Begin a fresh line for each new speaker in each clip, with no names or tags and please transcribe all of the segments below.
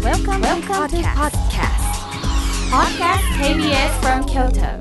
Welcome to podcast. Podcast KBS from Kyoto.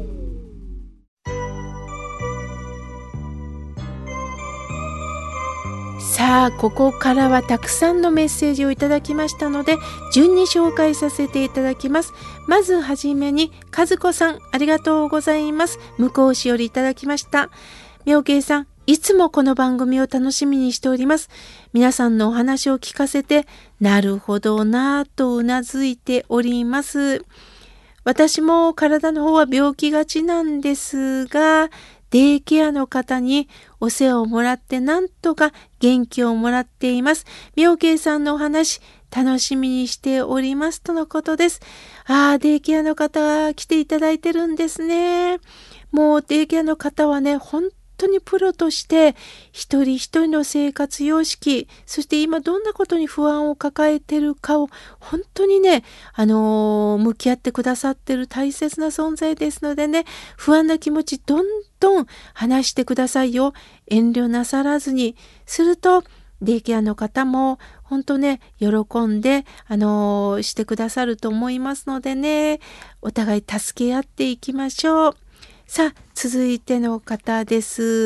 さあ、ここからはたくさんのメッセージをいただきましたので、順に紹介させていただきます。まずはじめに、和子さん、ありがとうございます。向こう市よりいただきました。妙慶さん、いつもこの番組を楽しみにしております。皆さんのお話を聞かせて、なるほどなぁとうなずいております。私も体の方は病気がちなんですが、デイケアの方にお世話をもらってなんとか元気をもらっています。妙慶さんのお話楽しみにしておりますとのことです。デイケアの方来ていただいてるんですね。もうデイケアの方はね、本当にプロとして一人一人の生活様式、そして今どんなことに不安を抱えてるかを本当にね、向き合ってくださってる大切な存在ですのでね、不安な気持ちどんどん話してくださいよ。遠慮なさらずに。するとデイケアの方も本当ね、喜んで、してくださると思いますのでね、お互い助け合っていきましょう。さあ、続いての方です。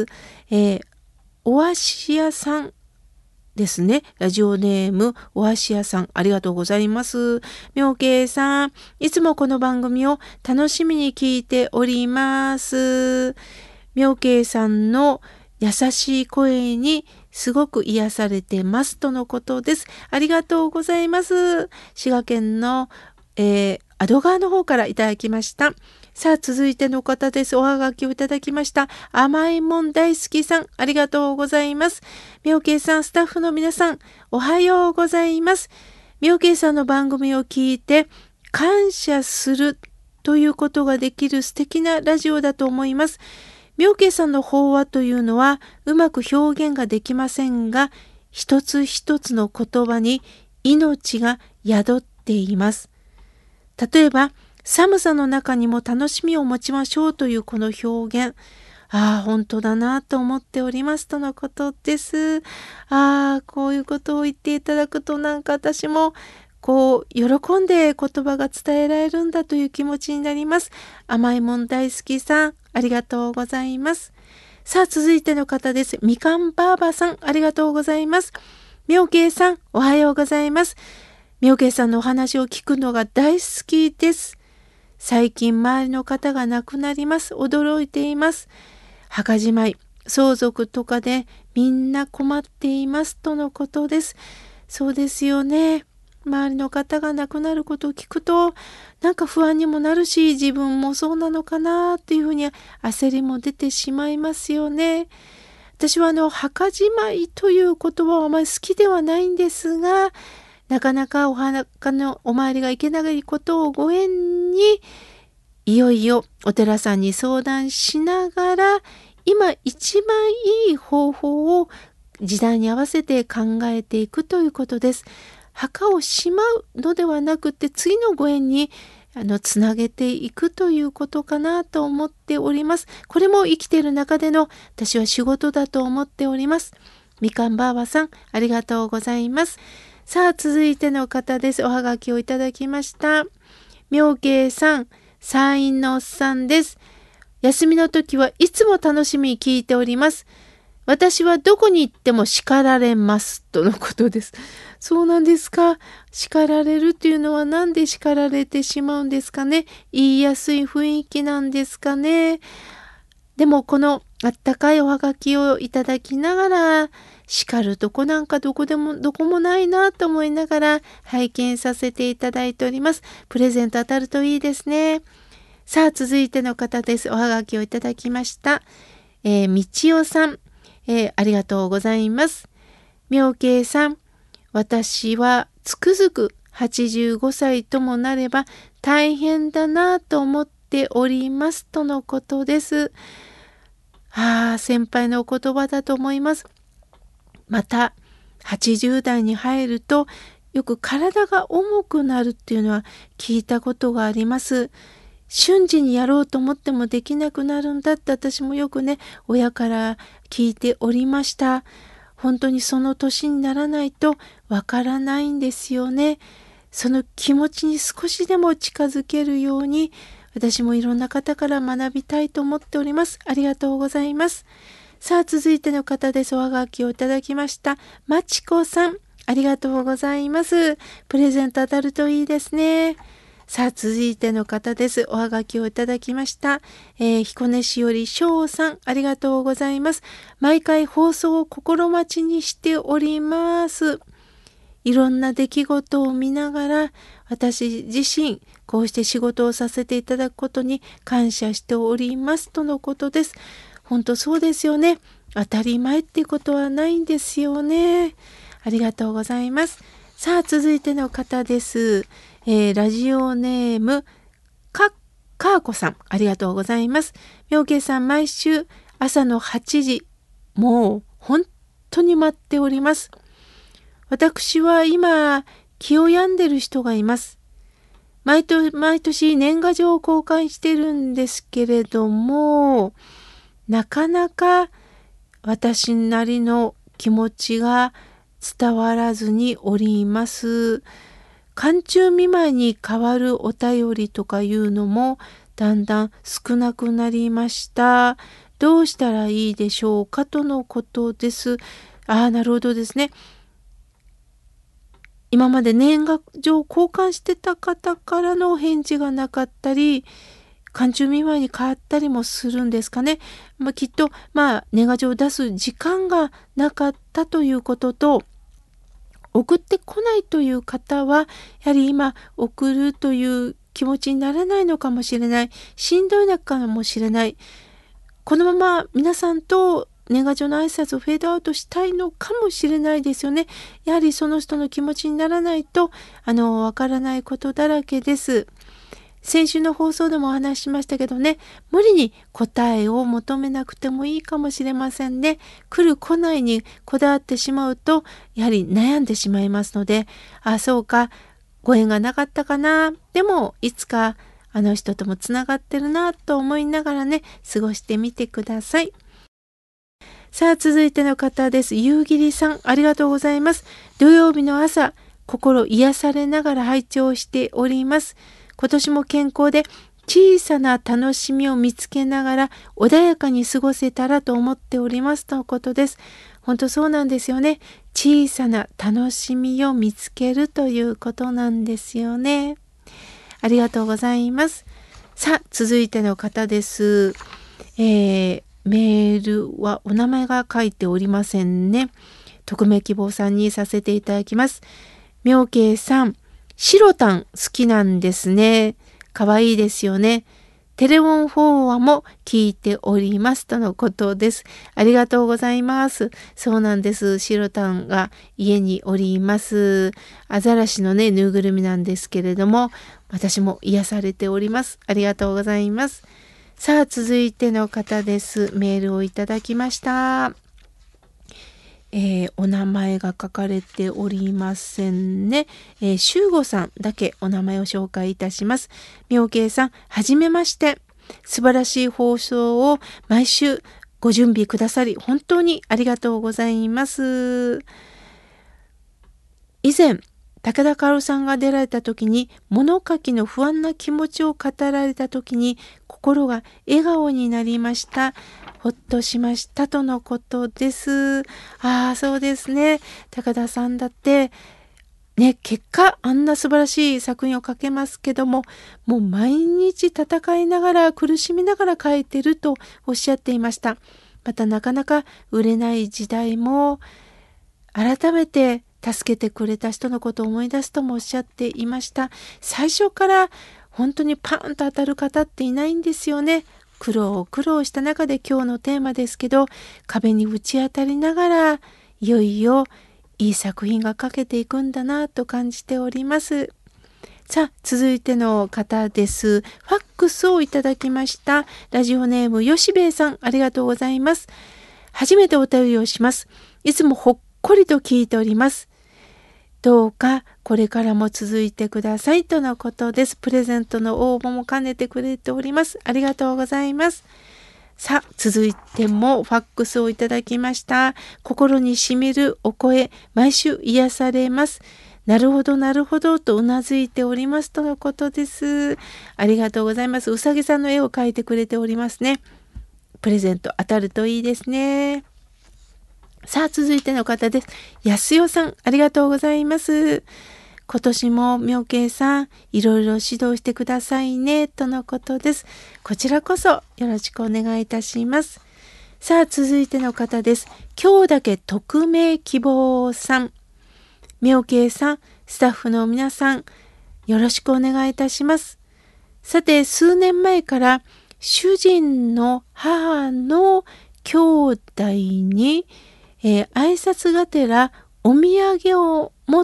お足屋さんですね。ラジオネームお足屋さん、ありがとうございます。妙慶さん、いつもこの番組を楽しみに聞いております。妙慶さんの優しい声にすごく癒されてますとのことです。ありがとうございます。滋賀県の、アド川の方からいただきました。さあ、続いての方です。おはがきをいただきました。甘いもん大好きさん、ありがとうございます。妙慶さん、スタッフの皆さん、おはようございます。妙慶さんの番組を聞いて、感謝するということができる素敵なラジオだと思います。妙慶さんの法話というのは、うまく表現ができませんが、一つ一つの言葉に命が宿っています。例えば、寒さの中にも楽しみを持ちましょうというこの表現。本当だなと思っておりますとのことです。こういうことを言っていただくとなんか私も喜んで言葉が伝えられるんだという気持ちになります。甘いもん大好きさん、ありがとうございます。さあ、続いての方です。みかんばあばさん、ありがとうございます。妙慶さん、おはようございます。妙慶さんのお話を聞くのが大好きです。最近周りの方が亡くなります。驚いています。墓じまい、相続とかでみんな困っていますとのことです。そうですよね。周りの方が亡くなることを聞くとなんか不安にもなるし、自分もそうなのかなっていうふうに焦りも出てしまいますよね。私は墓じまいという言葉はあまり好きではないんですが、なかなかお墓のお参りが行けないことをご縁に、いよいよお寺さんに相談しながら、今一番いい方法を時代に合わせて考えていくということです。墓をしまうのではなくて、次のご縁につなげていくということかなと思っております。これも生きている中での私は仕事だと思っております。みかんばあばさん、ありがとうございます。さあ、続いての方です。おはがきをいただきました。妙慶さん、山陰のおっさんです。休みの時はいつも楽しみに聞いております。私はどこに行っても叱られますとのことです。そうなんですか。叱られるというのはなんで叱られてしまうんですかね。言いやすい雰囲気なんですかね。でもこのあったかいおはがきをいただきながら、叱るとこなんかどこもないなと思いながら拝見させていただいております。プレゼント当たるといいですね。さあ、続いての方です。おはがきをいただきました。みちおさん、ありがとうございます。妙慶さん、私はつくづく85歳ともなれば大変だなと思っておりますとのことです。先輩のお言葉だと思います。また80代に入るとよく体が重くなるっていうのは聞いたことがあります。瞬時にやろうと思ってもできなくなるんだって私もよくね、親から聞いておりました。本当にその年にならないとわからないんですよね。 その気持ちに少しでも近づけるように、私もいろんな方から学びたいと思っております。ありがとうございます。さあ、続いての方です。おはがきをいただきました。まちこさん、ありがとうございます。プレゼント当たるといいですね。さあ、続いての方です。おはがきをいただきました。彦根市よりしょうさん、ありがとうございます。毎回放送を心待ちにしております。いろんな出来事を見ながら、私自身、こうして仕事をさせていただくことに感謝しておりますとのことです。本当そうですよね。当たり前っていうことはないんですよね。ありがとうございます。さあ、続いての方です。ラジオネームかーこさん、ありがとうございます。妙慶さん、毎週朝の8時、もう本当に待っております。私は今、気を病んでる人がいます。毎年年賀状を交換してるんですけれども、なかなか私なりの気持ちが伝わらずにおります。寒中見舞いに代わるお便りとかいうのもだんだん少なくなりました。どうしたらいいでしょうかとのことです。なるほどですね。今まで年賀状交換してた方からのお返事がなかったり、寒中見舞いに変わったりもするんですかね。きっと年賀状を出す時間がなかったということと、送ってこないという方は、やはり今送るという気持ちにならないのかもしれない。しんどいのかもしれない。このまま皆さんと年賀状の挨拶をフェードアウトしたいのかもしれないですよね。やはりその人の気持ちにならないと、わからないことだらけです。先週の放送でもお話ししましたけどね、無理に答えを求めなくてもいいかもしれませんね。来る来ないにこだわってしまうと、やはり悩んでしまいますので、そうか、ご縁がなかったかな。でも、いつかあの人ともつながってるなと思いながらね、過ごしてみてください。さあ、続いての方です。夕霧さん、ありがとうございます。土曜日の朝、心癒されながら拝聴しております。今年も健康で小さな楽しみを見つけながら穏やかに過ごせたらと思っておりますとのことです。本当そうなんですよね。小さな楽しみを見つけるということなんですよね。ありがとうございます。さあ、続いての方です。メールはお名前が書いておりませんね。匿名希望さんにさせていただきます。妙慶さん、白タン好きなんですね。かわいいですよね。テレフォン法話も聞いておりますとのことです。ありがとうございます。そうなんです。白タンが家におります。アザラシのね、ぬいぐるみなんですけれども、私も癒されております。ありがとうございます。さあ、続いての方です。メールをいただきました。お名前が書かれておりませんね。修吾さんだけお名前を紹介いたします。妙慶さん、はじめまして。素晴らしい放送を毎週ご準備くださり、本当にありがとうございます。以前、武田薫さんが出られた時に、物書きの不安な気持ちを語られた時に、心が笑顔になりました。ほっとしましたとのことです。そうですね。高田さんだってね、結果あんな素晴らしい作品を書けますけども、もう毎日戦いながら苦しみながら書いてるとおっしゃっていました。またなかなか売れない時代も改めて助けてくれた人のことを思い出すともおっしゃっていました。最初から本当にパーンと当たる方っていないんですよね。苦労した中で今日のテーマですけど、壁にぶち当たりながらいよいよいい作品が書けていくんだなと感じております。さあ、続いての方です。ファックスをいただきました。ラジオネーム吉兵衛さん、ありがとうございます。初めてお便りをします。いつもほっこりと聞いております。どうかこれからも続いてくださいとのことです。プレゼントの応募も兼ねてくれております。ありがとうございます。さあ、続いてもファックスをいただきました。心にしみるお声、毎週癒されます。 なるほどなるほどとうなずいておりますとのことです。ありがとうございます。うさぎさんの絵を描いてくれておりますね。プレゼント当たるといいですね。さあ続いての方です。安代さん、ありがとうございます。今年も妙慶さん、いろいろ指導してくださいねとのことです。こちらこそよろしくお願いいたします。さあ続いての方です。今日だけ匿名希望さん、妙慶さん、スタッフの皆さん、よろしくお願いいたします。さて数年前から主人の母の兄弟に、挨拶がてらお土産を持って、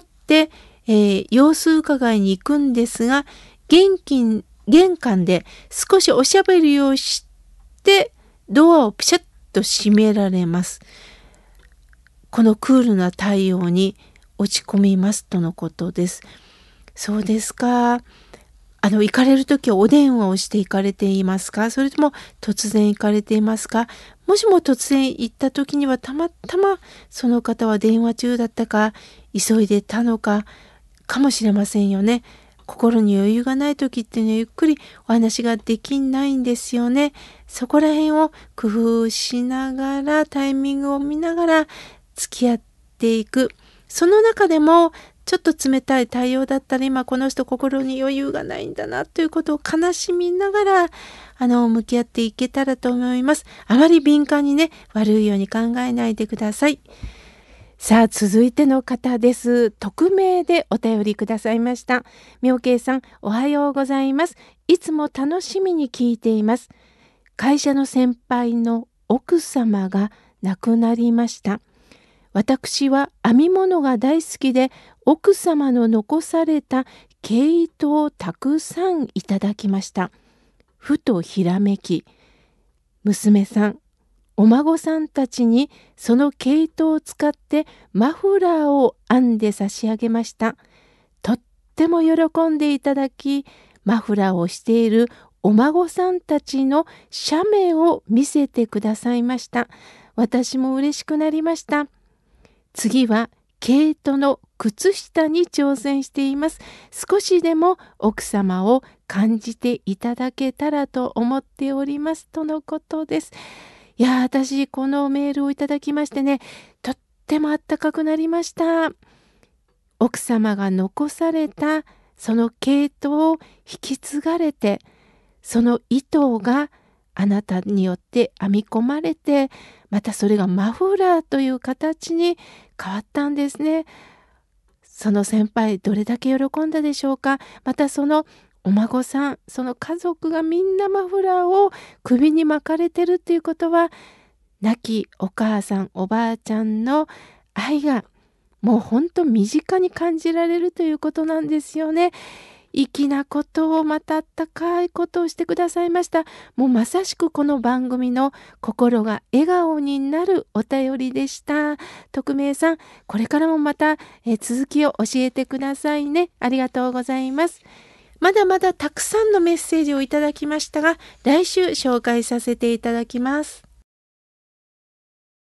様子伺いに行くんですが、玄関で少しおしゃべりをしてドアをピシャッと閉められます。このクールな対応に落ち込みますとのことです。そうですか。行かれるときはお電話をして行かれていますか？それとも突然行かれていますか？もしも突然行ったときにはたまたまその方は電話中だったか、急いでたのかもしれませんよね。心に余裕がないときっていうのはゆっくりお話ができないんですよね。そこら辺を工夫しながら、タイミングを見ながら付き合っていく。その中でもちょっと冷たい対応だったら、今この人心に余裕がないんだなということを悲しみながら向き合っていけたらと思います。あまり敏感にね、悪いように考えないでください。さあ続いての方です。匿名でお便りくださいました。妙慶さん、おはようございます。いつも楽しみに聞いています。会社の先輩の奥様が亡くなりました。私は編み物が大好きで、奥様の残された毛糸をたくさんいただきました。ふとひらめき、娘さん、お孫さんたちにその毛糸を使ってマフラーを編んで差し上げました。とっても喜んでいただき、マフラーをしているお孫さんたちの写メを見せてくださいました。私も嬉しくなりました。次は毛糸の靴下に挑戦しています。少しでも奥様を感じていただけたらと思っておりますとのことです。いや、私このメールをいただきましてね、とってもあったかくなりました。奥様が残されたその毛糸を引き継がれて、その糸があなたによって編み込まれて、またそれがマフラーという形に変わったんですね。その先輩どれだけ喜んだでしょうか。またそのお孫さん、その家族がみんなマフラーを首に巻かれてるっていうことは、亡きお母さんおばあちゃんの愛がもう本当身近に感じられるということなんですよね。粋なことを、またあったかいことをしてくださいました。もうまさしくこの番組の心が笑顔になるお便りでした。匿名さん、これからもまた続きを教えてくださいね。ありがとうございます。まだまだたくさんのメッセージをいただきましたが、来週紹介させていただきます。